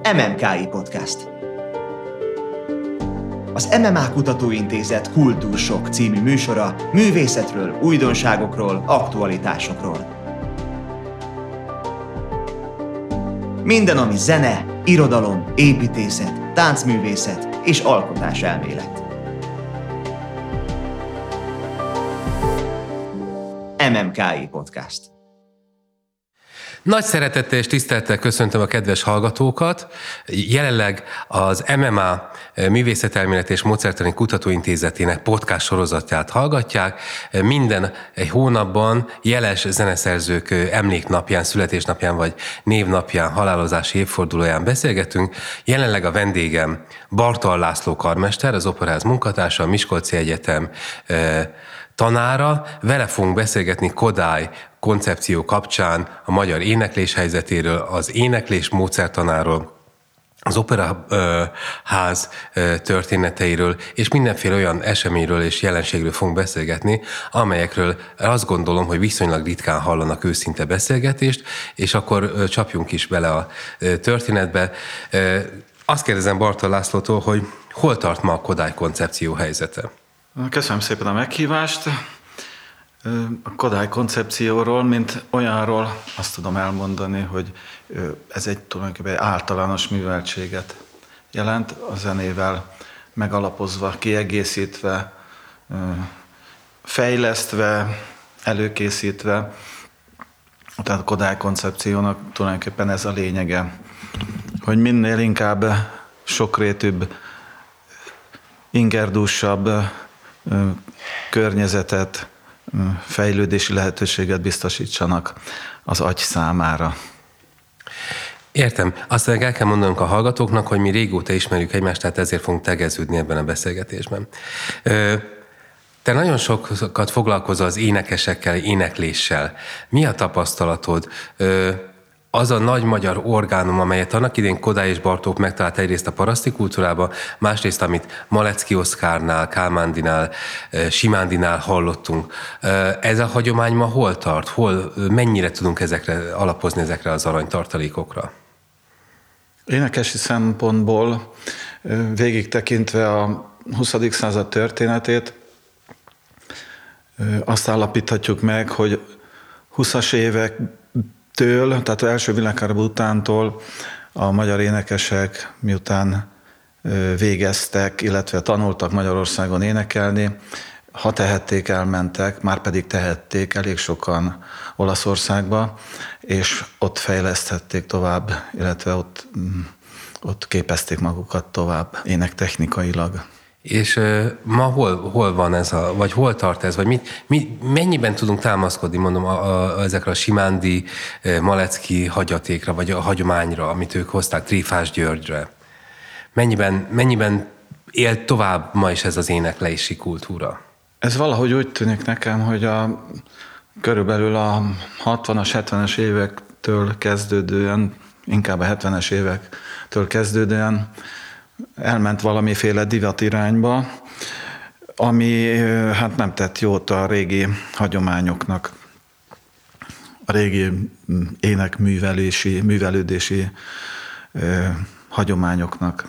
MMKI Podcast. Az MMA Kutatóintézet Kultúrsok című műsora művészetről, újdonságokról, aktualitásokról. Minden, ami zene, irodalom, építészet, táncművészet és alkotáselmélet. MMKI Podcast. Nagy szeretettel és tisztelettel köszöntöm a kedves hallgatókat. Jelenleg az MMA Művészetelmélet és Módszertani Kutatóintézetének podcast sorozatját hallgatják. Minden egy hónapban jeles zeneszerzők emléknapján, születésnapján vagy névnapján, halálozási évfordulóján beszélgetünk. Jelenleg a vendégem Bartal László karmester, az Operaház munkatársa, a Miskolci Egyetem tanára. Vele fogunk beszélgetni Kodály koncepció kapcsán a magyar éneklés helyzetéről, az éneklés módszertanáról, az Operaház történeteiről, és mindenféle olyan eseményről és jelenségről fogunk beszélgetni, amelyekről azt gondolom, hogy viszonylag ritkán hallanak őszinte beszélgetést, és akkor csapjunk is bele a történetbe. Azt kérdezem Bartal Lászlótól, hogy hol tart ma a Kodály koncepció helyzete? Köszönöm szépen a meghívást. A Kodály koncepcióról, mint olyanról azt tudom elmondani, hogy ez tulajdonképpen egy általános műveltséget jelent, a zenével megalapozva, kiegészítve, fejlesztve, előkészítve. Tehát a Kodály koncepciónak tulajdonképpen ez a lényege, hogy minél inkább sokrétűbb, ingerdúsabb környezetet, fejlődési lehetőséget biztosítsanak az agy számára. Értem. Azt el kell mondanunk a hallgatóknak, hogy mi régóta ismerjük egymást, tehát ezért fogunk tegeződni ebben a beszélgetésben. Te nagyon sokat foglalkozol az énekesekkel, énekléssel. Mi a tapasztalatod? Az a nagy magyar orgánum, amelyet annak idén Kodály és Bartók megtalált egyrészt a paraszti kultúrában, másrészt, amit Malecki Oszkárnál, Kálmándinál, Simándinál hallottunk. Ez a hagyomány ma hol tart? Mennyire tudunk alapozni ezekre az aranytartalékokra? Énekesi szempontból végig tekintve a 20. század történetét, azt állapíthatjuk meg, hogy 20-as évektől, tehát az első világháború utántól a magyar énekesek, miután végeztek, illetve tanultak Magyarországon énekelni, ha tehették, elmentek, már pedig tehették elég sokan Olaszországba, és ott fejleszthették tovább, illetve ott képezték magukat tovább énektechnikailag. És ma hol van ez, vagy hol tart ez, vagy mennyiben tudunk támaszkodni, mondom, ezekre a simándi, malecki hagyatékra, vagy a hagyományra, amit ők hozták Tréfás Györgyre? Mennyiben él tovább ma is ez az éneklési kultúra? Ez valahogy úgy tűnik nekem, hogy körülbelül a 60-as, 70-es évektől kezdődően, inkább a 70-es évektől kezdődően elment valamiféle divat irányba, ami hát nem tett jót a régi hagyományoknak, a régi művelődési hagyományoknak.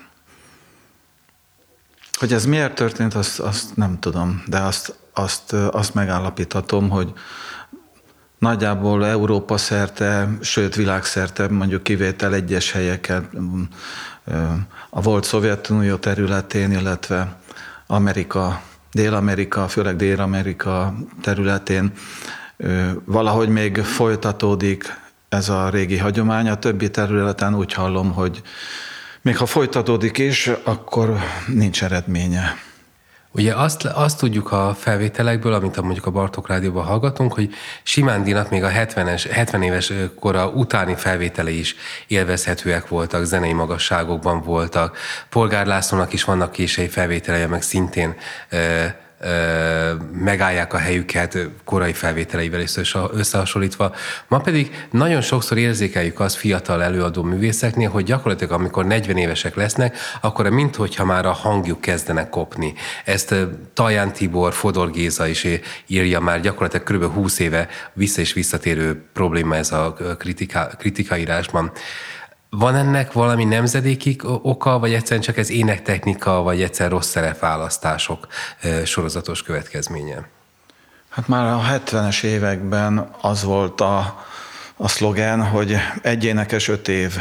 Hogy ez miért történt, azt nem tudom, de azt megállapíthatom, hogy nagyjából Európa szerte, sőt világszerte, mondjuk kivétel egyes helyeken, a volt Szovjetunió területén, illetve Amerika, Dél-Amerika, főleg Dél-Amerika területén valahogy még folytatódik ez a régi hagyomány. A többi területen úgy hallom, hogy még ha folytatódik is, akkor nincs eredménye. Ugye azt tudjuk a felvételekből, amit mondjuk a Bartók Rádióban hallgatunk, hogy Simándinak még a 70 éves kora utáni felvételei is élvezhetőek voltak, zenei magasságokban voltak. Polgár Lászlónak is vannak késői felvételei, meg szintén megállják a helyüket korai felvételeivel összehasonlítva. Ma pedig nagyon sokszor érzékeljük azt fiatal előadó művészeknél, hogy gyakorlatilag amikor 40 évesek lesznek, akkor minthogyha már a hangjuk kezdenek kopni. Ezt Taján Tibor, Fodor Géza is írja már gyakorlatilag kb. 20 éve vissza és visszatérő probléma ez a kritikaírásban. Van ennek valami nemzedéki oka, vagy egyszerűen csak ez énektechnika, vagy egyszer rossz szerepválasztások sorozatos következménye? Hát már a 70-es években az volt a szlogen, hogy egy énekes 5 év.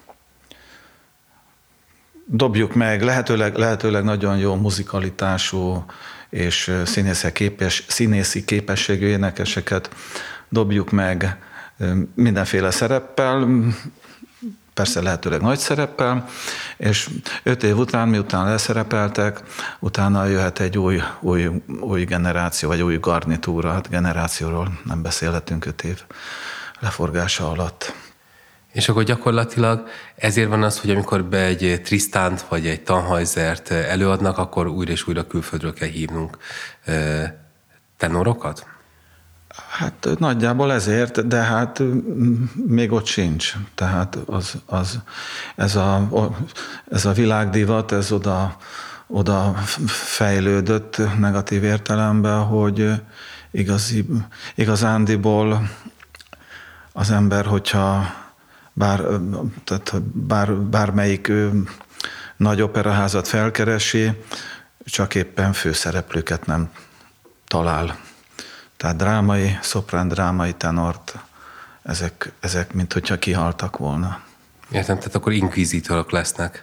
Dobjuk meg lehetőleg nagyon jó muzikalitású és színészi képességű énekeseket, dobjuk meg mindenféle szereppel, persze lehetőleg nagy szereppel, és 5 év után, miután leszerepeltek, utána jöhet egy új generáció, vagy új garnitúra, hát generációról nem beszélhetünk 5 év leforgása alatt. És akkor gyakorlatilag ezért van az, hogy amikor be egy Tristánt vagy egy Tannhäusert előadnak, akkor újra és újra külföldről kell hívnunk tenorokat? Hát nagyjából ezért, de hát még ott sincs. Tehát ez a világdivat, ez oda fejlődött negatív értelemben, hogy igazándiból az ember, hogyha bármelyik nagy operaházat felkeresi, csak éppen főszereplőket nem talál. Tehát drámai, szoprán, drámai tenort, ezek mint hogyha kihaltak volna. Értem, tehát akkor inkvizítorok lesznek,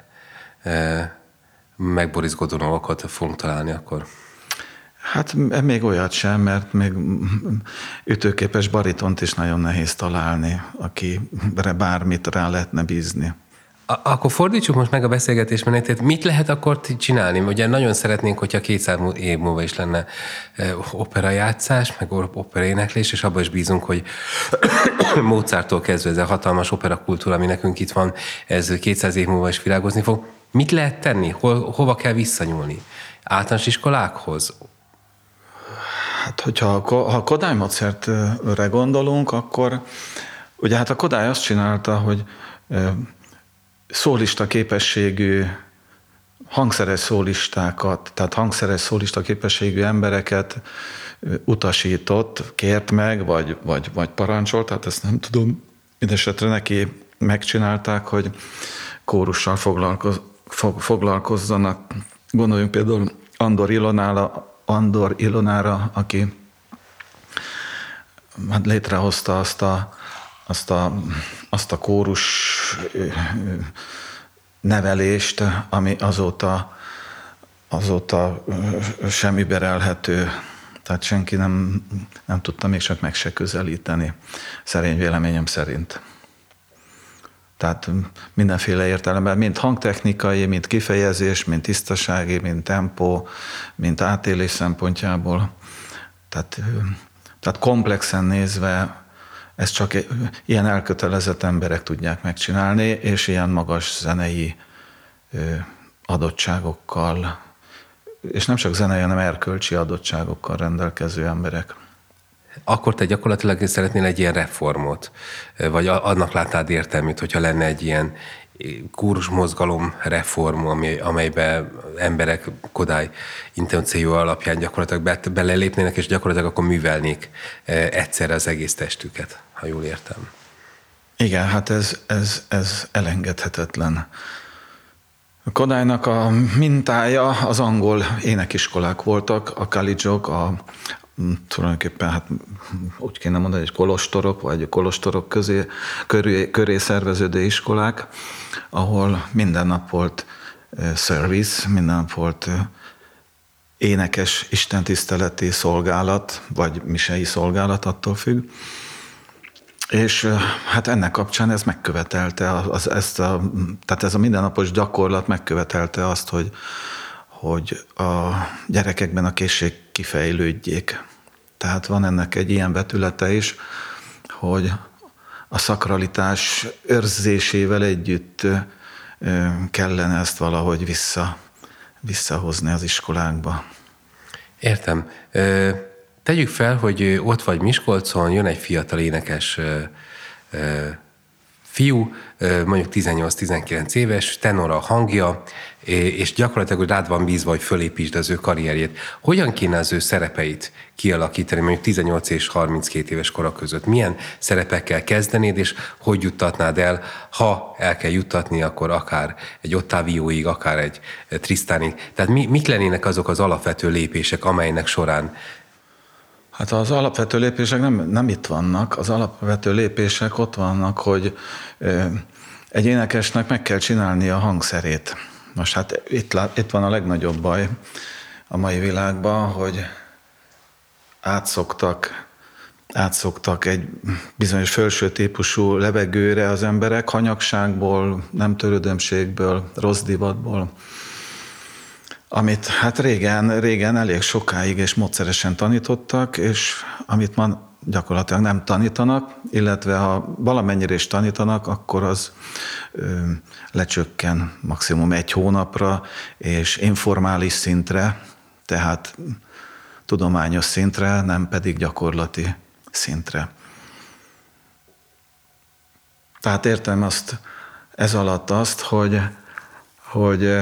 meg Boris Godunovokat fogunk találni akkor. Hát még olyat sem, mert még ütőképes baritont is nagyon nehéz találni, akire bármit rá lehetne bízni. Akkor fordítsuk most meg a beszélgetés menetét. Mit lehet akkor csinálni? Ugye nagyon szeretnénk, hogyha 200 év múlva is lenne operajátszás, meg operaéneklés, és abban is bízunk, hogy Mozarttól kezdve ez a hatalmas operakultúra, ami nekünk itt van, ez 200 év múlva is virágozni fog. Mit lehet tenni? Hova kell visszanyúlni? Általános iskolákhoz? Hát, hogyha ha Kodály Mozartre gondolunk, akkor ugye hát a Kodály azt csinálta, hogy szólista képességű, hangszeres szólistákat, tehát hangszeres szólista képességű embereket utasított, kért meg, vagy parancsolt, tehát ezt nem tudom, mindesetre neki megcsinálták, hogy kórussal foglalkozzanak. Gondoljunk például Andor Ilonára, aki hát létrehozta azt a kórus nevelést, ami azóta sem überelhető, tehát senki nem tudta még csak meg se közelíteni, szerény véleményem szerint. Tehát mindenféle értelemben, mind hangtechnikai, mind kifejezés, mind tisztasági, mind tempó, mind átélés szempontjából. Tehát komplexen nézve ezt csak ilyen elkötelezett emberek tudják megcsinálni, és ilyen magas zenei adottságokkal, és nem csak zenei, hanem erkölcsi adottságokkal rendelkező emberek. Akkor te gyakorlatilag szeretnél egy ilyen reformot, vagy annak látnád értelmét, hogyha lenne egy ilyen kórusmozgalom reform, amelyben emberek Kodály intenciója alapján gyakorlatilag belelépnének, és gyakorlatilag akkor művelnék egyszerre az egész testüket, ha jól értem. Igen, hát ez elengedhetetlen. A Kodálynak a mintája az angol énekiskolák voltak, a college-ok, tulajdonképpen hát úgy kéne mondani, hogy kolostorok, vagy kolostorok köré szerveződő iskolák, ahol minden nap volt service, minden nap volt énekes istentiszteleti szolgálat, vagy misei szolgálat, attól függ. És hát ennek kapcsán ez megkövetelte, tehát ez a mindennapos gyakorlat megkövetelte azt, hogy a gyerekekben a készség kifejlődjék. Tehát van ennek egy ilyen vetülete is, hogy a szakralitás őrzésével együtt kellene ezt valahogy visszahozni az iskolákba. Értem. Tegyük fel, hogy ott vagy Miskolcon, jön egy fiatal énekes fiú, mondjuk 18-19 éves, tenor a hangja, és gyakorlatilag hogy rád van bízva, hogy fölépítsd az ő karrierjét. Hogyan kéne az ő szerepeit kialakítani, mondjuk 18 és 32 éves kora között? Milyen szerepekkel kezdenéd, és hogy juttatnád el, ha el kell juttatni, akkor akár egy Ottavióig, akár egy Tristanig. Tehát mik lennének azok az alapvető lépések, amelynek során? Hát az alapvető lépések nem itt vannak. Az alapvető lépések ott vannak, hogy egy énekesnek meg kell csinálni a hangszerét. Most hát itt van a legnagyobb baj a mai világban, hogy átszoktak egy bizonyos felső típusú levegőre az emberek, hanyagságból, nem törődömségből, rossz divatból, amit hát régen elég sokáig és módszeresen tanítottak, és amit ma gyakorlatilag nem tanítanak, illetve ha valamennyire is tanítanak, akkor az lecsökken maximum 1 hónapra, és informális szintre, tehát tudományos szintre, nem pedig gyakorlati szintre. Tehát értem ez alatt azt, hogy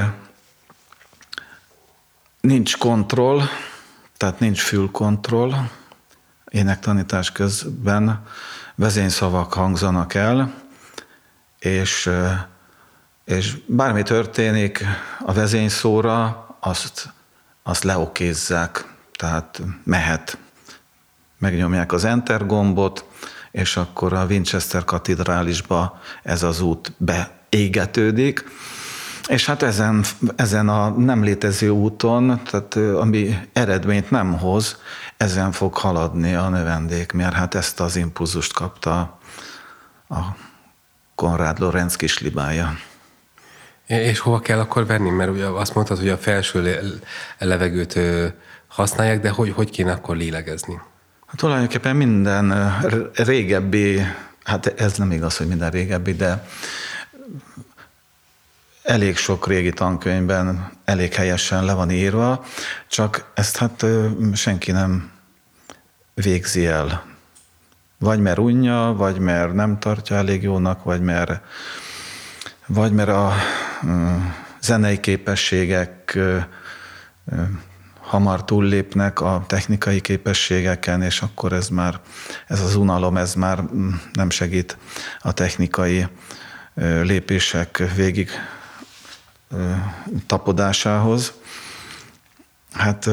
nincs kontroll, tehát nincs fülkontroll, énektanítás közben vezényszavak hangzanak el, és bármi történik a vezényszóra, azt leokézzák, tehát mehet. Megnyomják az Enter gombot, és akkor a Winchester katedrálisba ez az út beégetődik. És hát ezen a nem létező úton, tehát ami eredményt nem hoz, ezen fog haladni a növendék, mert hát ezt az impulzust kapta a Konrád Lorenz kislibája. És hova kell akkor venni? Mert ugye azt mondtad, hogy a felső levegőt használják, de hogy kéne akkor lélegezni? Hát tulajdonképpen minden régebbi, hát ez nem igaz, hogy minden régebbi, de elég sok régi tankönyvben elég helyesen le van írva, csak ezt hát senki nem végzi el. Vagy mert unja, vagy mert nem tartja elég jónak, vagy mert a zenei képességek hamar túllépnek a technikai képességeken, és akkor ez az unalom, ez már nem segít a technikai lépések végig tapodásához. Hát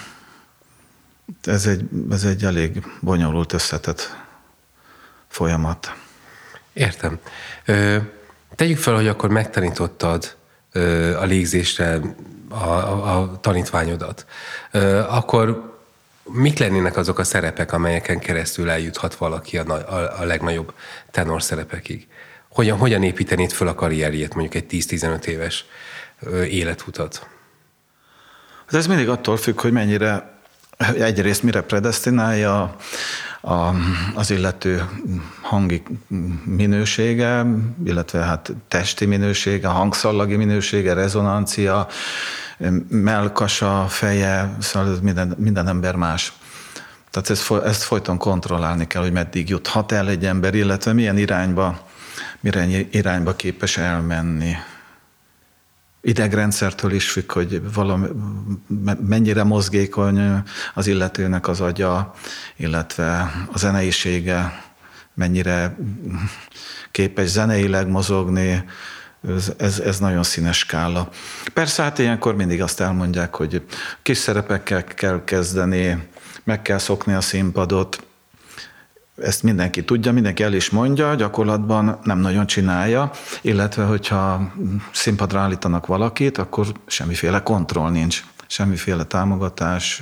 ez egy elég bonyolult, összetett folyamat. Értem. Tegyük fel, hogy akkor megtanítottad a légzésre a tanítványodat. Akkor mik lennének azok a szerepek, amelyeken keresztül eljuthat valaki a legnagyobb tenor szerepekig? Hogyan építenéd föl a karrierjét, mondjuk egy 10-15 éves életutat? Hát ez mindig attól függ, hogy egyrészt mire predesztinálja az illető hangi minősége, illetve hát testi minősége, hangszallagi minősége, rezonancia, mellkasa, feje, szóval minden ember más. Tehát ezt folyton kontrollálni kell, hogy meddig juthat el egy ember, illetve milyen irányba képes elmenni. Idegrendszertől is függ, hogy mennyire mozgékony az illetőnek az agya, illetve a zeneisége, mennyire képes zeneileg mozogni, ez nagyon színes skála. Persze hát ilyenkor mindig azt elmondják, hogy kis szerepekkel kell kezdeni, meg kell szokni a színpadot. Ezt mindenki tudja, mindenki el is mondja, gyakorlatban nem nagyon csinálja, illetve hogyha színpadra állítanak valakit, akkor semmiféle kontroll nincs, semmiféle támogatás,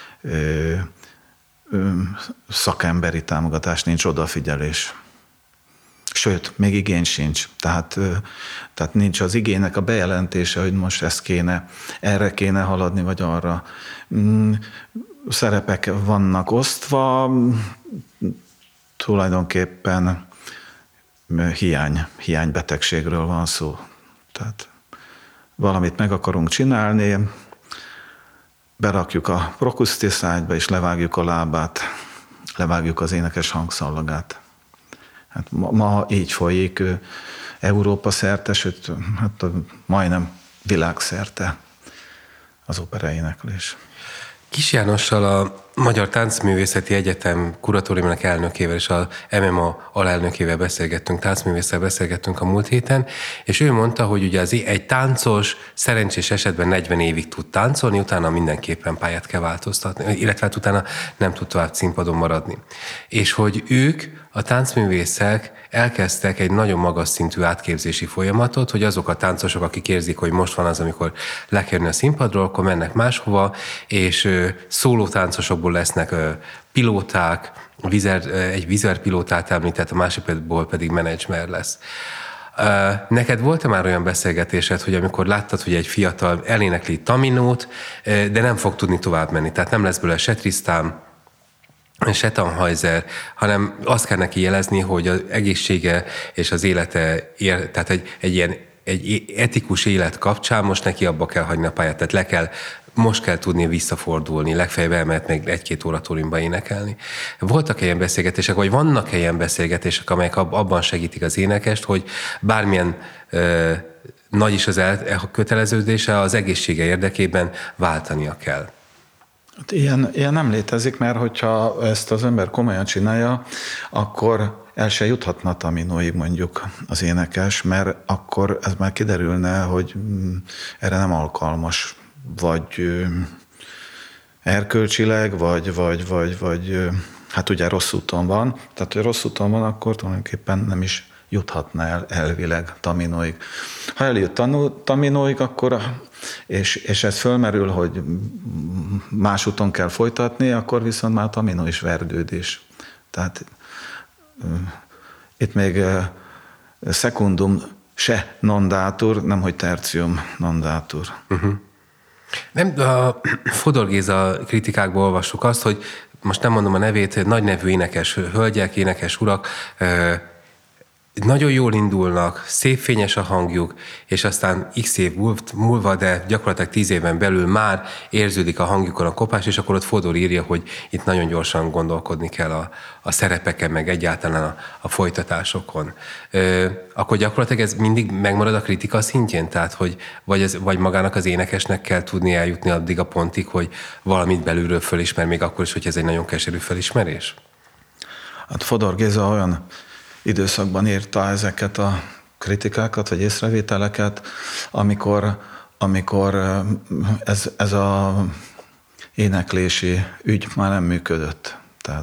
szakemberi támogatás nincs, odafigyelés. Sőt, még igény sincs. Tehát nincs az igénynek a bejelentése, hogy most ezt kéne, erre kéne haladni, vagy arra. Szerepek vannak osztva, tulajdonképpen hiánybetegségről van szó. Tehát valamit meg akarunk csinálni, berakjuk a prokusztiszájba, és levágjuk a lábát, levágjuk az énekes hangszallagát. Hát ma így folyik Európa szerte, sőt, hát majdnem világszerte az operaéneklés. Kis Jánossal, a Magyar Táncművészeti Egyetem kuratóriumának elnökével és a MMA alelnökével táncművésszel beszélgettünk a múlt héten, és ő mondta, hogy ugye egy táncos szerencsés esetben 40 évig tud táncolni, utána mindenképpen pályát kell változtatni, illetve hát utána nem tud tovább színpadon maradni. És hogy ők, a táncművészek elkezdtek egy nagyon magas szintű átképzési folyamatot, hogy azok a táncosok, akik érzik, hogy most van az, amikor le kell jönni a színpadról, akkor mennek máshova, és szólótáncosokból lesznek pilóták, egy vízverpilótát említett, a másikból pedig menedzser lesz. Neked volt-e már olyan beszélgetésed, hogy amikor láttad, hogy egy fiatal elénekli Taminót, de nem fog tudni tovább menni, tehát nem lesz belőle se Tristan, se Tannhäuser, hanem azt kell neki jelezni, hogy az egészsége és az élete, tehát egy etikus élet kapcsán most neki abba kell hagyni a pályát, tehát most kell tudni visszafordulni, legfeljebb elmehet még 1-2 oratóriumba énekelni. Voltak ilyen beszélgetések, vagy vannak ilyen beszélgetések, amelyek abban segítik az énekest, hogy bármilyen nagy is az köteleződése, az egészsége érdekében váltania kell? Hát ilyen nem létezik, mert hogyha ezt az ember komolyan csinálja, akkor el se juthatna Taminóig mondjuk az énekes, mert akkor ez már kiderülne, hogy erre nem alkalmas, vagy erkölcsileg, vagy hát ugye rossz úton van. Tehát, hogy rossz úton van, akkor tulajdonképpen nem is juthatna el elvileg Taminóig. Ha eljut Taminóig, akkor, és ez fölmerül, hogy más úton kell folytatni, akkor viszont már Taminó is vergődés. Tehát itt még secundum se non datur, nemhogy tertium non datur. Nem, a Fodor Géza kritikákból olvassuk azt, hogy most nem mondom a nevét, nagy nevű énekes hölgyek, énekes urak nagyon jól indulnak, szép fényes a hangjuk, és aztán x év múlva, de gyakorlatilag 10 éven belül már érződik a hangjukon a kopás, és akkor ott Fodor írja, hogy itt nagyon gyorsan gondolkodni kell a szerepeken, meg egyáltalán a folytatásokon. Akkor gyakorlatilag ez mindig megmarad a kritika szintjén? Tehát, hogy vagy magának az énekesnek kell tudni eljutni addig a pontig, hogy valamit belülről fölismer, még akkor is, hogy ez egy nagyon keserű felismerés? Hát Fodor Géza olyan időszakban írta ezeket a kritikákat, vagy észrevételeket, amikor ez a éneklési ügy már nem működött.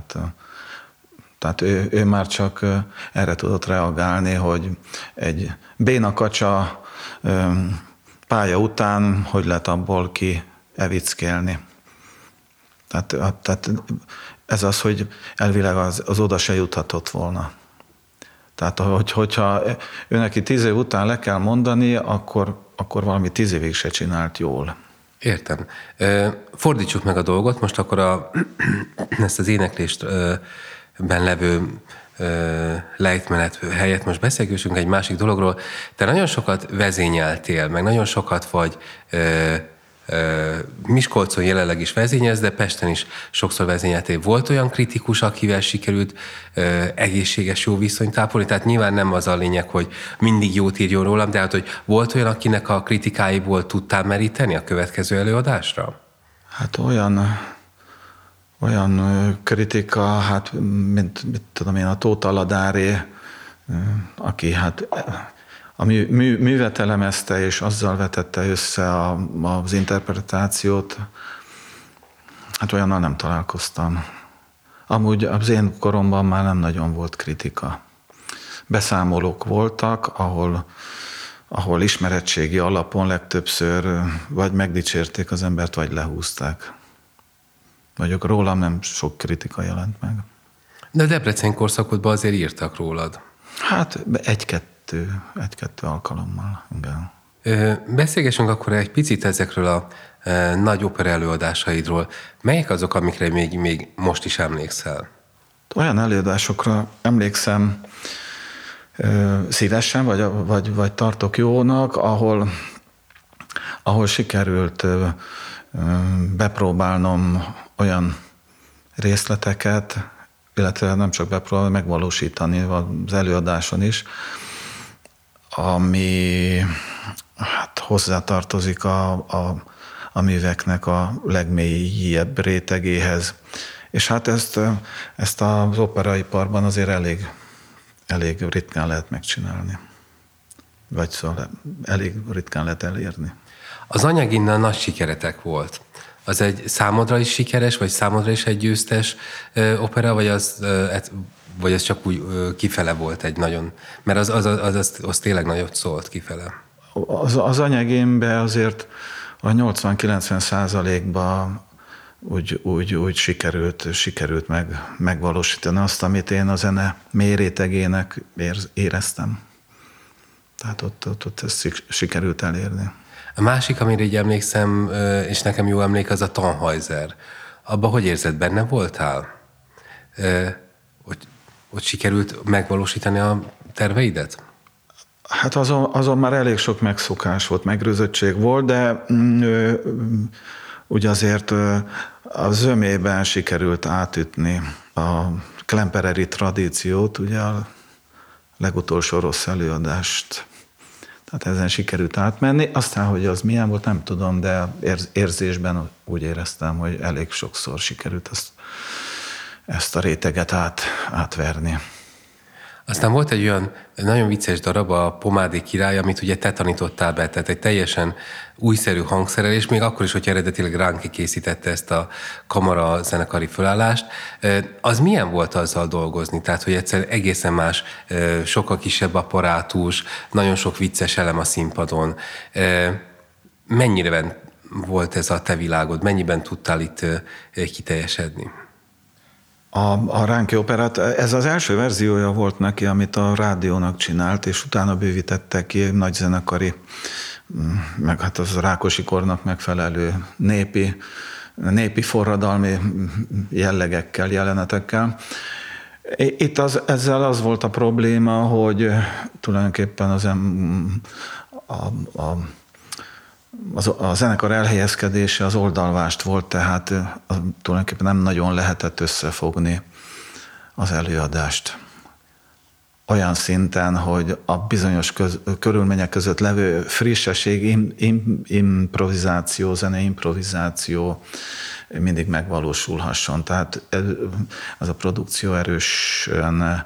Tehát ő már csak erre tudott reagálni, hogy egy béna kacsa pálya után hogy lehet abból ki evickélni. Tehát ez az, hogy elvileg az oda se juthatott volna. Tehát, hogyha ő neki 10 év után le kell mondani, akkor valami 10 évig se csinált jól. Értem. Fordítsuk meg a dolgot, most akkor ezt az éneklésben levő lejtmenet helyett most beszélgessünk egy másik dologról. Te nagyon sokat vezényeltél, meg nagyon sokat vagy Miskolcon jelenleg is vezényelsz, de Pesten is sokszor vezényeltél. Volt olyan kritikus, akivel sikerült egészséges jó viszonyt ápolni? Tehát nyilván nem az a lényeg, hogy mindig jót írjon rólam, de hát, hogy volt olyan, akinek a kritikáiból tudtál meríteni a következő előadásra? Hát olyan kritika, hát mint tudom én, a Tóth Aladáré, aki hát a művet elemezte, és azzal vetette össze az interpretációt, hát olyannal nem találkoztam. Amúgy az én koromban már nem nagyon volt kritika. Beszámolók voltak, ahol ismeretségi alapon legtöbbször vagy megdicsérték az embert, vagy lehúzták. Vagyok rólam nem sok kritika jelent meg. De Debrecen korszakodban azért írtak rólad. Hát egy-kettő alkalommal, igen. Beszélgessünk akkor egy picit ezekről a nagy opera előadásaidról. Melyek azok, amikre még most is emlékszel? Olyan előadásokra emlékszem szívesen, vagy tartok jónak, ahol sikerült bepróbálnom olyan részleteket, illetve nem csak bepróbálni, megvalósítani az előadáson is, ami hát hozzátartozik a műveknek a legmélyebb rétegéhez. És hát ezt az operaiparban azért elég ritkán lehet megcsinálni. Vagy szóval elég ritkán lehet elérni. Az Anyaginnal nagy sikeretek volt. Az egy számodra is sikeres, vagy számodra is egy győztes opera, vagy az csak úgy kifele volt egy nagyon... Mert az tényleg nagyot szólt kifele. Az Anyagénben azért a 80-90%-ban úgy sikerült megvalósítani azt, amit én a zene mély rétegének éreztem. Tehát ott ezt sikerült elérni. A másik, amire így emlékszem, és nekem jó emlék, az a Tannhäuser. Abban hogy érzed, benne voltál? Ott sikerült megvalósítani a terveidet? Hát azon már elég sok megszokás volt, megrőzöttség volt, de úgy azért a zömében sikerült átütni a klempereri tradíciót, ugye a legutolsó rossz előadást. Tehát ezen sikerült átmenni. Aztán, hogy az milyen volt, nem tudom, de érzésben úgy éreztem, hogy elég sokszor sikerült ezt a réteget átverni. Aztán volt egy olyan nagyon vicces darab, a Pomádi király, amit ugye te tanítottál be, tehát egy teljesen újszerű hangszerelés, még akkor is, hogy eredetileg Ránki készítette ezt a kamara zenekari fölállást. Az milyen volt azzal dolgozni? Tehát, hogy egyszerűen egészen más, sokkal kisebb apparátus, nagyon sok vicces elem a színpadon. Mennyire volt ez a te világod? Mennyiben tudtál itt kiteljesedni? A Ránki operát, ez az első verziója volt neki, amit a rádiónak csinált, és utána bővítette ki nagy zenekari, meg hát az Rákosi kornak megfelelő népi forradalmi jellegekkel, jelenetekkel. Itt ezzel az volt a probléma, hogy tulajdonképpen a zenekar elhelyezkedése az oldalvást volt, tehát tulajdonképpen nem nagyon lehetett összefogni az előadást. Olyan szinten, hogy a bizonyos körülmények között levő frissesség, improvizáció, zeneimprovizáció mindig megvalósulhasson. Tehát ez a produkció erősen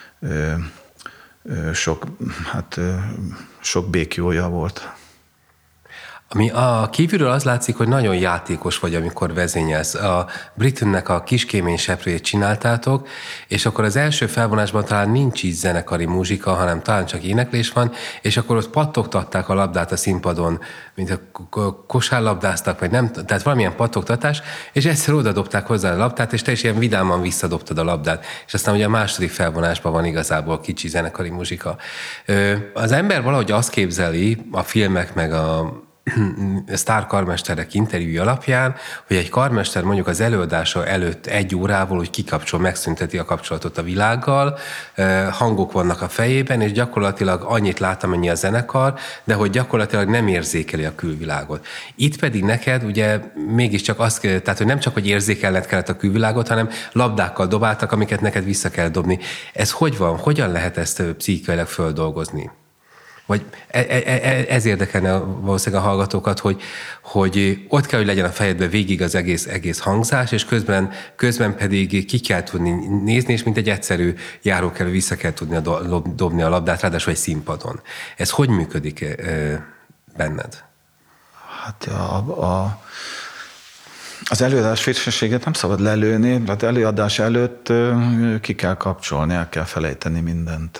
sok békjója volt. Ami a kívülről az látszik, hogy nagyon játékos vagy, amikor vezényelsz. A Britainnek a Kiskémény seprőjét csináltátok, és akkor az első felvonásban talán nincs is zenekari muzsika, hanem talán csak éneklés van, és akkor ott pattogtatták a labdát a színpadon, mint a kosárlabdáztak, vagy nem, tehát valamilyen pattogtatás, és egyszer oda dobták hozzá a labdát, és te is ilyen vidáman visszadobtad a labdát. És aztán ugye a második felvonásban van igazából kicsi zenekari muzsika. Az ember valahogy azt képzeli a filmek meg a sztárkarmesterek interjúi alapján, hogy egy karmester mondjuk az előadása előtt 1 órával úgy kikapcsol, megszünteti a kapcsolatot a világgal, hangok vannak a fejében, és gyakorlatilag annyit lát, amennyi a zenekar, de hogy gyakorlatilag nem érzékeli a külvilágot. Itt pedig neked ugye mégiscsak az, tehát hogy nem csak, hogy érzékelned kellett a külvilágot, hanem labdákkal dobáltak, amiket neked vissza kell dobni. Ez hogy van? Hogyan lehet ezt pszichikailag földolgozni? Vagy ez érdekelne valószínűleg a hallgatókat, hogy ott kell, hogy legyen a fejedben végig az egész hangzás, és közben pedig ki kell tudni nézni, és mint egy egyszerű járókelő vissza kell tudni dobni a labdát, ráadásul egy színpadon. Ez hogy működik benned? Hát az előadás frissességet nem szabad lelőni, tehát előadás előtt ki kell kapcsolni, el kell felejteni mindent.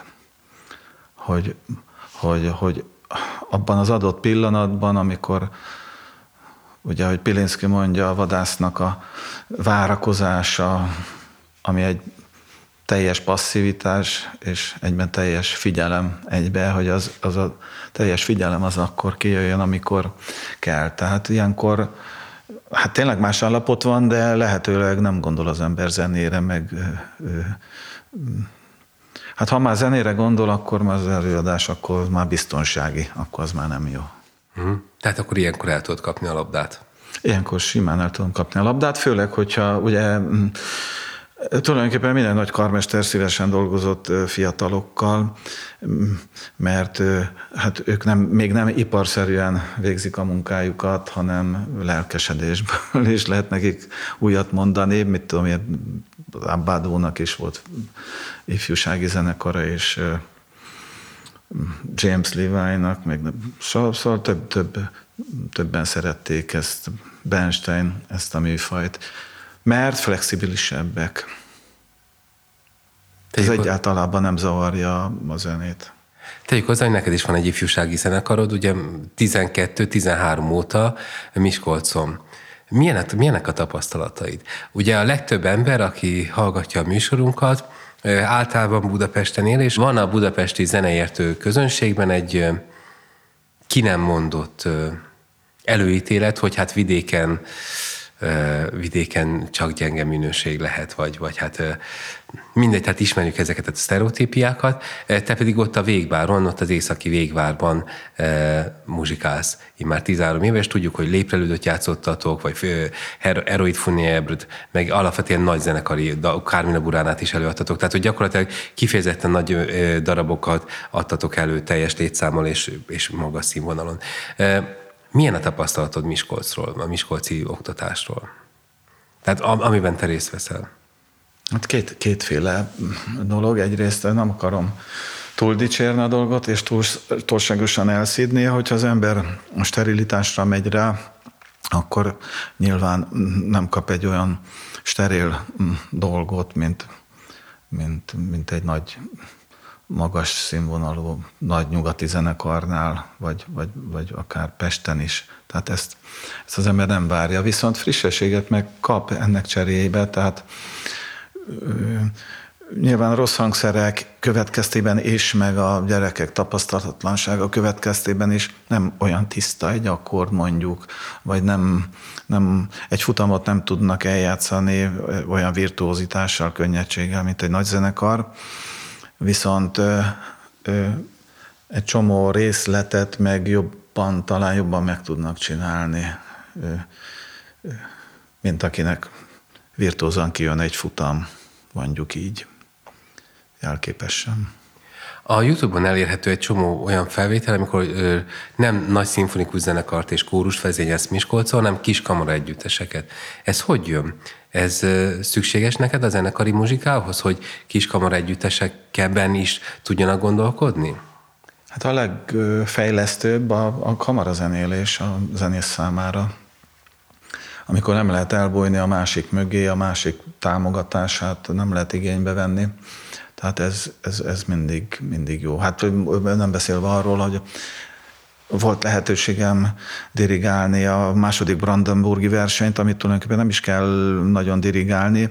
Hogy abban az adott pillanatban, amikor ugye, ahogy Pilinszky mondja, a vadásznak a várakozása, ami egy teljes passzivitás, és egyben teljes figyelem egybe, hogy az a teljes figyelem az akkor kijöjjön, amikor kell. Tehát ilyenkor hát tényleg más állapot van, de lehetőleg nem gondol az ember zenére, meg hát ha már zenére gondol, akkor már az előadás, akkor már biztonsági, akkor az már nem jó. Tehát akkor ilyenkor el tudod kapni a labdát? Ilyenkor simán el tudom kapni a labdát, főleg, hogyha ugye Tulajdonképpen minden nagy karmester szívesen dolgozott fiatalokkal, mert hát ők még nem iparszerűen végzik a munkájukat, hanem lelkesedésből, és lehet nekik újat mondani. Mit tudom én, Abbádónak is volt ifjúsági zenekara, és James Levine-nak, meg szóval többen szerették ezt, Bernstein, ezt a műfajt, mert flexibilisebbek. Ez egyáltalában nem zavarja a zenét. Tegyük hozzá, hogy neked is van egy ifjúsági zenekarod, ugye 12-13 óta Miskolcon. Milyenek a tapasztalataid? Ugye a legtöbb ember, aki hallgatja a műsorunkat, általában Budapesten él, és van a budapesti zeneértő közönségben egy ki nem mondott előítélet, hogy hát vidéken csak gyenge minőség lehet, vagy hát mindegy, hát ismerjük ezeket a sztereotípiákat, te pedig ott a Végbáron, ott az északi Végvárban muzsikálsz. Immár 13 éves, tudjuk, hogy Léprelődöt játszottatok, vagy Heroid Funèbre, meg alapvetően nagy zenekari, Carmina Buránát is előadtatok, tehát hogy gyakorlatilag kifejezetten nagy darabokat adtatok elő teljes létszámmal és magas színvonalon. Milyen a tapasztalatod Miskolcról, a miskolci oktatásról? Tehát amiben te részt veszel. Hát kétféle dolog. Egyrészt nem akarom túl dicsérni a dolgot, és túlságosan elszídni, hogyha az ember a sterilitásra megy rá, akkor nyilván nem kap egy olyan steril dolgot, mint egy nagy, magas színvonalú nagy nyugati zenekarnál, vagy akár Pesten is. Tehát ezt az ember nem várja. Viszont frissességet meg kap ennek cserébe, tehát nyilván rossz hangszerek következtében is, meg a gyerekek tapasztalatlansága következtében is nem olyan tiszta egy akkord mondjuk, vagy nem egy futamot nem tudnak eljátszani olyan virtuózitással, könnyedséggel, mint egy nagy zenekar. Viszont egy csomó részletet meg talán jobban meg tudnak csinálni, mint akinek virtuózan kijön egy futam, mondjuk így, jelképesen. A YouTube-on elérhető egy csomó olyan felvétel, amikor nem nagy szimfonikus zenekart és kórust vezényelsz Miskolcon, hanem kis kamara együtteseket. Ez hogy jön? Ez szükséges neked a zenekari muzsikához, hogy kis kamara együttesekben is tudjanak gondolkodni? Hát a legfejlesztőbb a kamarazenélés a zenész számára. Amikor nem lehet elbújni a másik mögé, a másik támogatását nem lehet igénybe venni. Tehát ez mindig jó. Hát nem beszélve arról, hogy volt lehetőségem dirigálni a második brandenburgi versenyt, amit tulajdonképpen nem is kell nagyon dirigálni,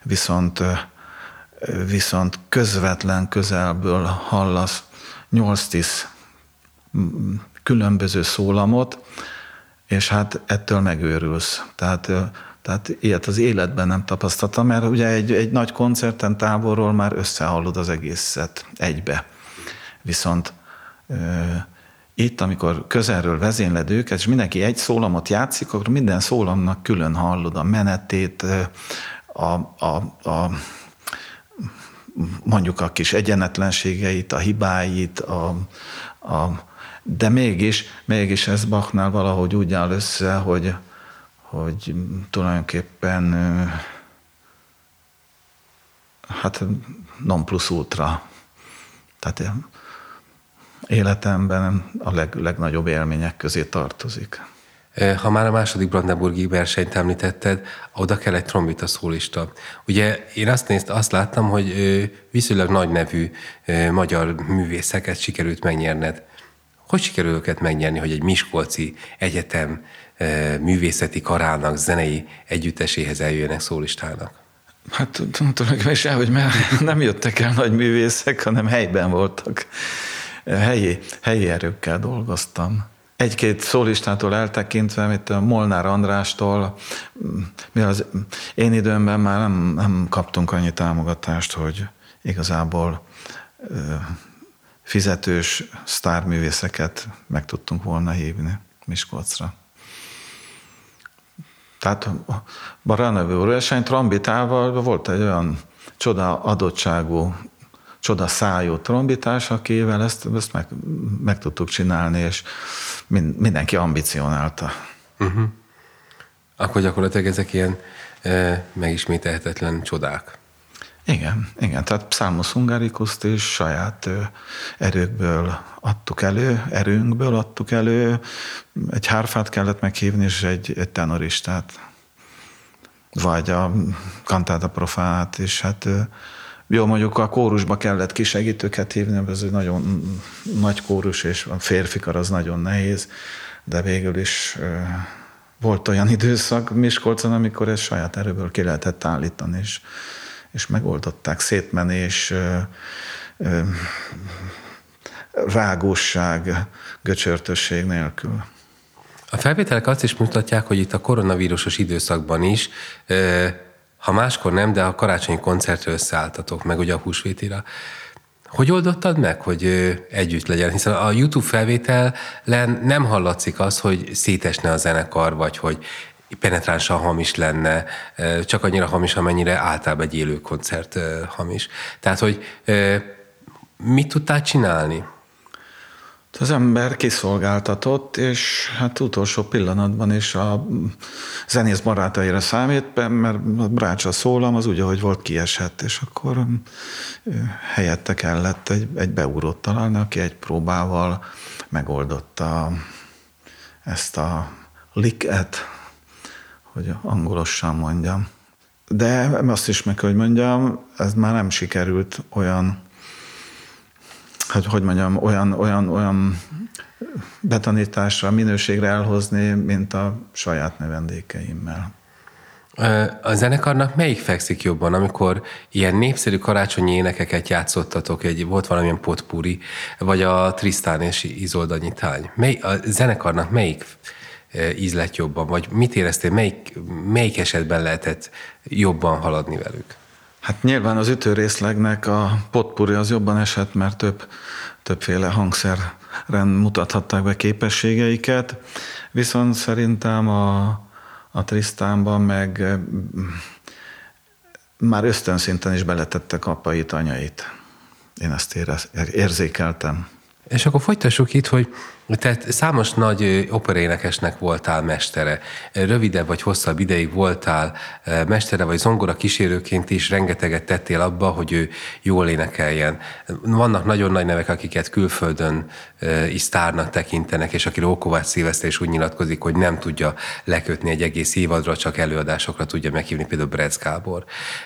viszont közvetlen közelből hallasz 8-10 különböző szólamot, és hát ettől megőrülsz. Tehát ilyet az életben nem tapasztaltam, mert ugye egy nagy koncerten távolról már összehallod az egészet egybe. Viszont itt, amikor közelről vezényled őket, és mindenki egy szólamot játszik, akkor minden szólamnak külön hallod a menetét, mondjuk a kis egyenetlenségeit, a hibáit, de mégis ez Bachnál valahogy úgy áll össze, hogy tulajdonképpen hát non plus ultra. Tehát életemben a legnagyobb élmények közé tartozik. Ha már a második brandenburgi versenyt említetted, oda kell egy trombita szólista. Ugye én azt láttam, hogy viszonylag nagy nevű magyar művészeket sikerült megnyerned. Hogy sikerül őket megnyerni, hogy egy miskolci egyetem művészeti karának, zenei együtteséhez eljöjjenek szólistának? Hát tulajdonképpen sehogy, mert nem jöttek el nagy művészek, hanem helyben voltak. Helyi erőkkel dolgoztam. Egy-két szólistától eltekintve, mint a Molnár Andrástól, mi az én időmben már nem kaptunk annyi támogatást, hogy igazából fizetős sztárművészeket meg tudtunk volna hívni Miskolcra. Tehát Baránevő verseny trombitával volt egy olyan csoda adottságú, csoda szájú trombitás, akivel ezt meg tudtuk csinálni, és mindenki ambicionálta. Uh-huh. Akkor gyakorlatilag ezek ilyen megismételhetetlen csodák. Igen, tehát Psalmus Hungaricust is saját erőnkből adtuk elő, egy hárfát kellett meghívni, és egy tenoristát, vagy a Cantata Profanát is. Hát jó, mondjuk a kórusba kellett kisegítőket hívni, ez egy nagyon nagy kórus, és a férfikar az nagyon nehéz, de végül is volt olyan időszak Miskolcon, amikor ezt saját erőből ki lehetett állítani, és megoldották szétmenés, rágósság, göcsörtösség nélkül. A felvételek azt is mutatják, hogy itt a koronavírusos időszakban is, ha máskor nem, de a karácsonyi koncertre összeálltatok meg, ugye a húsvétira. Hogy oldottad meg, hogy együtt legyen? Hiszen a YouTube felvételen nem hallatszik az, hogy szétesne a zenekar, vagy hogy penetránsan hamis lenne, csak annyira hamis, amennyire általában egy élő koncert hamis. Tehát, hogy mit tudtál csinálni? Az ember kiszolgáltatott, és hát utolsó pillanatban is a zenész barátaira számít, mert a brácsa szólam az úgy, ahogy volt, kiesett, és akkor helyette kellett egy beugrót találni, aki egy próbával megoldotta ezt a licket, hogy angolosan mondjam. De azt is meg, hogy mondjam, ez már nem sikerült olyan, olyan betanításra, minőségre elhozni, mint a saját növendékeimmel. A zenekarnak melyik fekszik jobban, amikor ilyen népszerű karácsonyi énekeket játszottatok, volt valamilyen potpuri, vagy a Trisztán és Izolda nyitány? A zenekarnak melyik ízlet jobban, vagy mit éreztél, melyik esetben lehetett jobban haladni velük? Hát nyilván az ütőrészlegnek a potpuri az jobban esett, mert többféle hangszeren mutathatták be képességeiket, viszont szerintem a Trisztánban meg már ösztönszinten is beletettek apait, anyait. Én ezt érzékeltem. És akkor folytassuk itt, hogy tehát számos nagy operaénekesnek voltál mestere. Rövidebb vagy hosszabb ideig voltál mestere, vagy zongora kísérőként is rengeteget tettél abba, hogy ő jól énekeljen. Vannak nagyon nagy nevek, akiket külföldön is sztárnak tekintenek, és aki Kovács Szilveszter is úgy nyilatkozik, hogy nem tudja lekötni egy egész évadra, csak előadásokra tudja meghívni, például Brecz Gábor,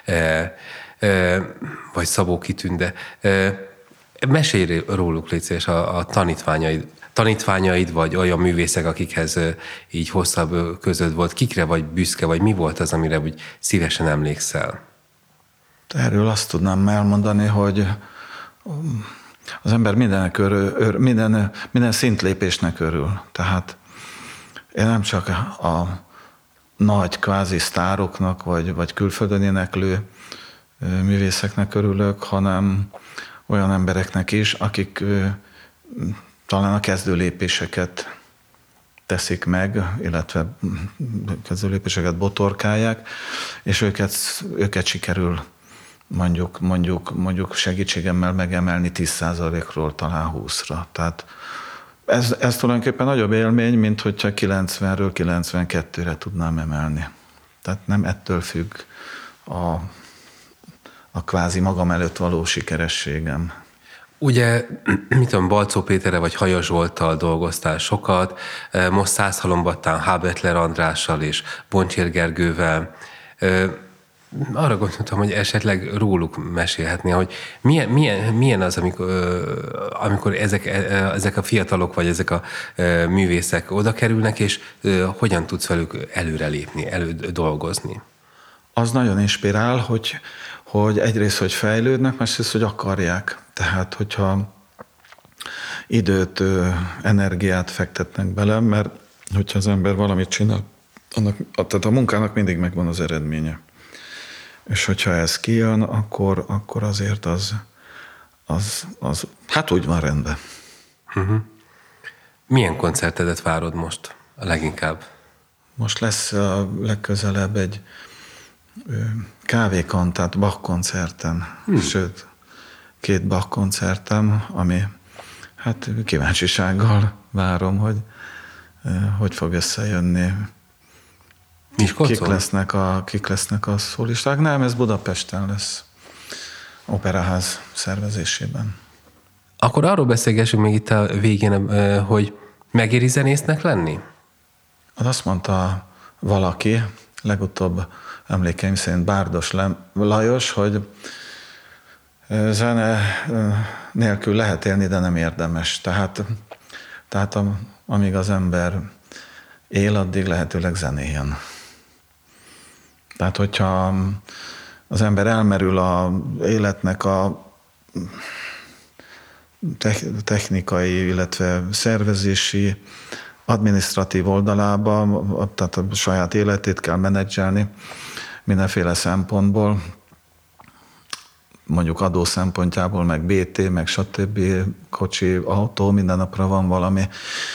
vagy Szabó Kitünde. Mesélj róluk, légy szíves, a tanítványaid, vagy olyan művészek, akikhez így hosszabb közöd volt, kikre vagy büszke, vagy mi volt az, amire úgy szívesen emlékszel? Erről azt tudnám elmondani, hogy az ember minden szintlépésnek örül. Tehát én nem csak a nagy kvázi sztároknak, vagy külföldön éneklő művészeknek örülök, hanem olyan embereknek is, akik talán a kezdő lépéseket teszik meg, illetve kezdő lépéseket botorkálják, és őket sikerül mondjuk segítségemmel megemelni 10%-ról talán 20-ra. Tehát ez tulajdonképpen nagyobb élmény, mint hogyha 90-ről 92-re tudnám emelni. Tehát nem ettől függ a kvázi magam előtt való sikerességem. Ugye, mit tudom, Balczó Péterrel vagy Hajas Zsolttal dolgoztál sokat, most Szászhalombattán Hábetler Andrással és Boncsér Gergővel. Arra gondoltam, hogy esetleg róluk mesélhetnél, hogy milyen az, amikor ezek a fiatalok, vagy ezek a művészek oda kerülnek, és hogyan tudsz velük előrelépni, dolgozni? Az nagyon inspirál, hogy egyrészt, hogy fejlődnek, másrészt, hogy akarják. Tehát, hogyha időt, energiát fektetnek bele, mert hogyha az ember valamit csinál, tehát a munkának mindig megvan az eredménye. És hogyha ez kijön, akkor azért az hát úgy van rendben. Uh-huh. Milyen koncertedet várod most a leginkább? Most lesz a legközelebb egy kávékantát Bach koncertem, sőt, 2 Bach koncertem, ami hát kíváncsisággal várom, hogy fog összejönni. Kik lesznek a szólisták? Nem, ez Budapesten lesz, Operaház szervezésében. Akkor arról beszélgessünk még itt a végén, hogy megéri zenésznek lenni? Azt mondta valaki, legutóbb emlékeim szerint Bárdos Lajos, hogy zene nélkül lehet élni, de nem érdemes. Tehát amíg az ember él, addig lehetőleg zenéljen. Tehát, hogyha az ember elmerül az életnek a technikai, illetve szervezési, adminisztratív oldalába, tehát a saját életét kell menedzselni mindenféle szempontból, mondjuk adó szempontjából, meg BT, meg stb. Kocsi, autó, minden napra van valami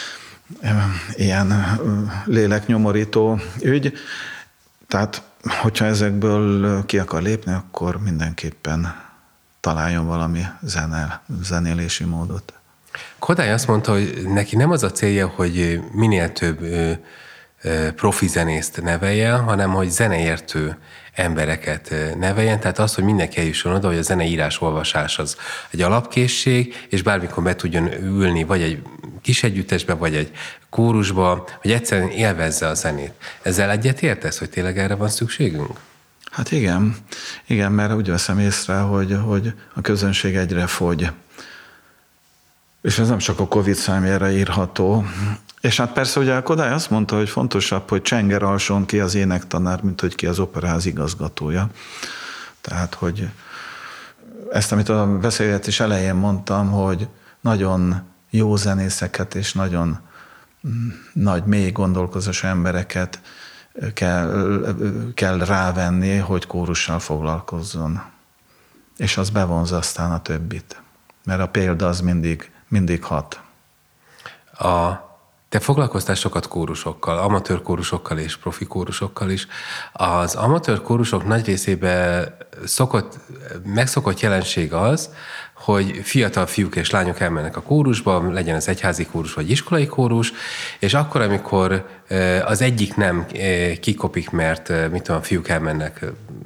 ilyen léleknyomorító ügy. Tehát, hogyha ezekből ki akar lépni, akkor mindenképpen találjon valami zenélési módot. Kodály azt mondta, hogy neki nem az a célja, hogy minél több profi zenészt neveljen, hanem hogy zeneértő embereket neveljen, tehát az, hogy mindenki eljusson oda, hogy a zeneírás, olvasás az egy alapkészség, és bármikor be tudjon ülni, vagy egy kis együttesbe, vagy egy kórusba, hogy egyszerűen élvezze a zenét. Ezzel egyet értesz, hogy tényleg erre van szükségünk? Hát igen, mert úgy veszem észre, hogy a közönség egyre fogy. És ez nem csak a Covid számjára írható. És hát persze ugye a Kodály azt mondta, hogy fontosabb, hogy csenger alson ki az énektanár, mint hogy ki az Operaház igazgatója. Tehát, hogy ezt, amit a beszélgetés elején mondtam, hogy nagyon jó zenészeket és nagyon nagy, mély gondolkozós embereket kell rávenni, hogy kórussal foglalkozzon. És az bevonza aztán a többit. Mert a példa az mindig hat. Te foglalkoztál sokat kórusokkal, amatőr kórusokkal és profi kórusokkal is. Az amatőr kórusok nagy részében megszokott jelenség az, hogy fiatal fiúk és lányok elmennek a kórusba, legyen ez egyházi kórus vagy iskolai kórus, és akkor, amikor az egyik nem kikopik, mert fiúk elmennek,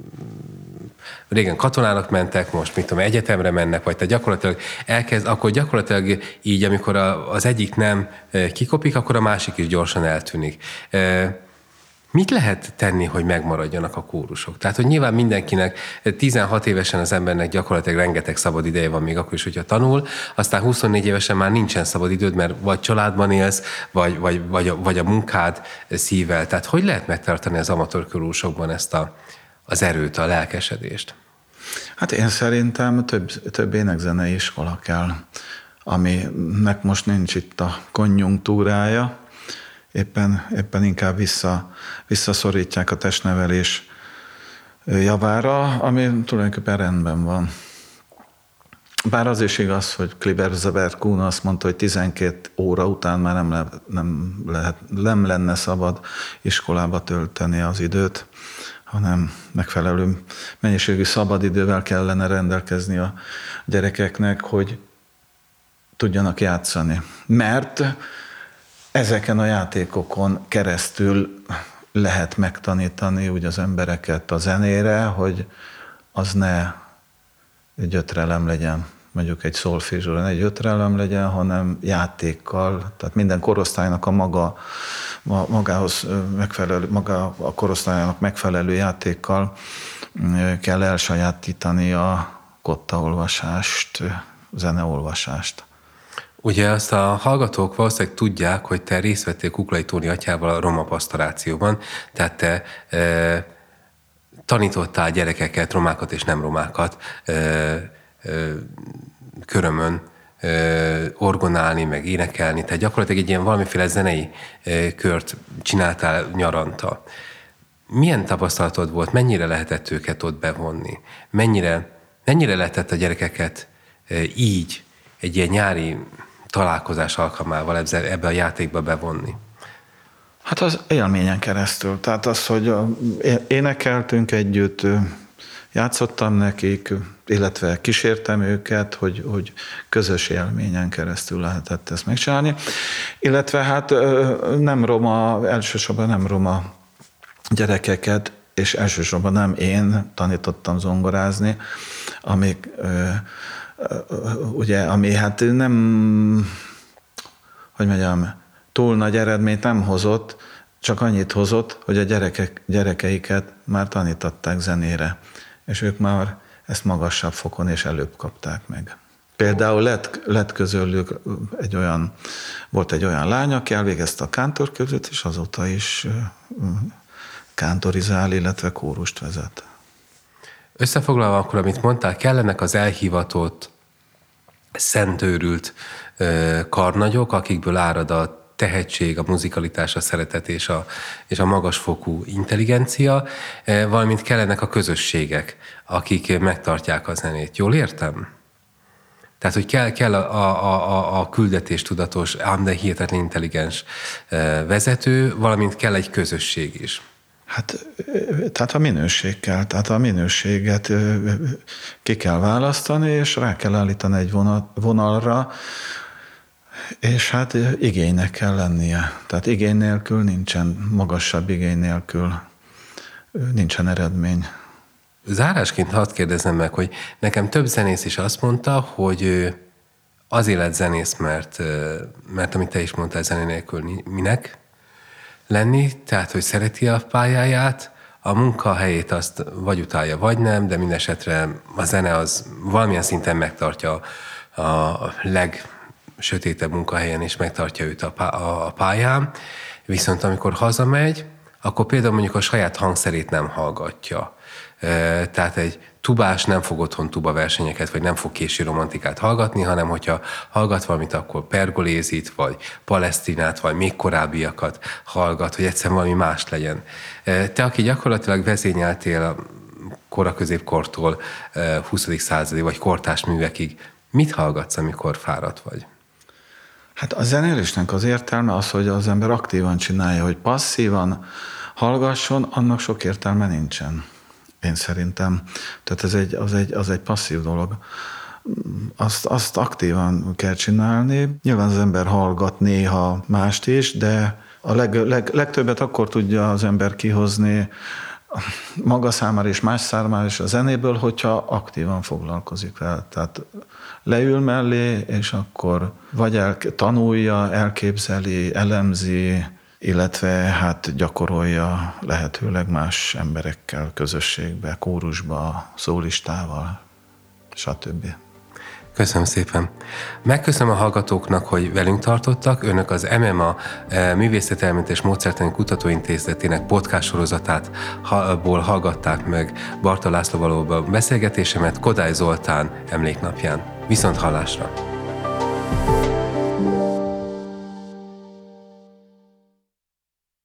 régen katonának mentek, most egyetemre mennek, vagy te gyakorlatilag akkor gyakorlatilag így, amikor az egyik nem kikopik, akkor a másik is gyorsan eltűnik. Mit lehet tenni, hogy megmaradjanak a kórusok? Tehát, hogy nyilván mindenkinek 16 évesen az embernek gyakorlatilag rengeteg szabad ideje van még akkor is, hogyha tanul, aztán 24 évesen már nincsen szabad időd, mert vagy családban élsz, vagy a munkád szível. Tehát hogy lehet megtartani az amatőr kórusokban ezt az erőt, a lelkesedést? Hát én szerintem több énekzenei iskola kell, aminek most nincs itt a konjunktúrája, éppen inkább visszaszorítják a testnevelés javára, ami tulajdonképpen rendben van. Bár az is igaz, hogy Kliber Kuhn azt mondta, hogy 12 óra után már nem lenne szabad iskolába tölteni az időt, hanem megfelelő mennyiségű szabadidővel kellene rendelkezni a gyerekeknek, hogy tudjanak játszani. Mert ezeken a játékokon keresztül lehet megtanítani úgy az embereket a zenére, hogy az ne egy ötrelem legyen, mondjuk egy szolfézsóra ne egy ötrelem legyen, hanem játékkal, tehát minden korosztálynak magához megfelelő, maga a korosztályának megfelelő játékkal kell elsajátítani a kottaolvasást, zeneolvasást. Ugye azt a hallgatók valószínűleg tudják, hogy te részt vettél Kuklai Tóni atyával a roma pastorációban, tehát te tanítottál gyerekeket, romákat és nem romákat körömön orgonálni, meg énekelni, tehát gyakorlatilag egy ilyen valamiféle zenei kört csináltál nyaranta. Milyen tapasztalatod volt, mennyire lehetett őket ott bevonni? Mennyire lehetett a gyerekeket így egy ilyen nyári találkozás alkalmával ebbe a játékba bevonni? Hát az élményen keresztül. Tehát az, hogy énekeltünk együtt, játszottam nekik, illetve kísértem őket, hogy közös élményen keresztül lehetett ezt megcsinálni. Illetve hát elsősorban nem roma gyerekeket, és elsősorban nem én tanítottam zongorázni, ami hát nem, hogy mondjam, túl nagy eredményt nem hozott, csak annyit hozott, hogy a gyerekeiket már tanították zenére, és ők már ezt magasabb fokon és előbb kapták meg. Például lett közülük volt egy olyan lány, aki elvégezte a kántorképzést, és azóta is kántorizál, illetve kórust vezet. Összefoglalva akkor, amit mondtál, kellenek az elhivatott, szentőrült karnagyok, akikből árad a tehetség, a muzikalitás, a szeretet és a magasfokú intelligencia, valamint kellenek a közösségek, akik megtartják a zenét. Jól értem? Tehát, hogy kell a küldetéstudatos, ám de hihetetlen intelligens vezető, valamint kell egy közösség is. Hát, tehát a minőség kell, tehát a minőséget ki kell választani, és rá kell állítani egy vonalra, és hát igénynek kell lennie. Tehát igény nélkül nincsen, magasabb igény nélkül nincsen eredmény. Zárásként hadd kérdezzem meg, hogy nekem több zenész is azt mondta, hogy azért lett zenész, mert amit te is mondtál, zené nélkül minek lenni, tehát hogy szereti a pályáját, a munkahelyét azt vagy utálja, vagy nem, de mindesetre a zene az valamilyen szinten megtartja a legsötétebb munkahelyen, és megtartja őt a pályán. Viszont amikor hazamegy, akkor például mondjuk a saját hangszerét nem hallgatja. Tehát egy tubás nem fog otthon tubaversenyeket, vagy nem fog késő romantikát hallgatni, hanem hogyha hallgat valamit, akkor Pergolézit, vagy Palesztinát, vagy még korábbiakat hallgat, hogy egyszerűen valami más legyen. Te, aki gyakorlatilag vezényeltél a koraközépkortól 20. századi vagy kortárs művekig, mit hallgatsz, amikor fáradt vagy? Hát a zenélésnek az értelme az, hogy az ember aktívan csinálja, hogy passzívan hallgasson, annak sok értelme nincsen. Én szerintem. Tehát az egy passzív dolog. Azt aktívan kell csinálni. Nyilván az ember hallgat néha mást is, de a legtöbbet akkor tudja az ember kihozni maga számára és más számára is a zenéből, hogyha aktívan foglalkozik vele. Tehát leül mellé, és akkor vagy tanulja, elképzeli, elemzi, illetve hát gyakorolja lehetőleg más emberekkel, közösségbe, kórusba, szólistával, stb. Köszönöm szépen. Megköszönöm a hallgatóknak, hogy velünk tartottak. Önök az MMA Művészetelmélet és Módszertani Kutatóintézetének podcast sorozatátból hallgatták meg Barta Lászlóval beszélgetésemet Kodály Zoltán emléknapján. Viszont hallásra!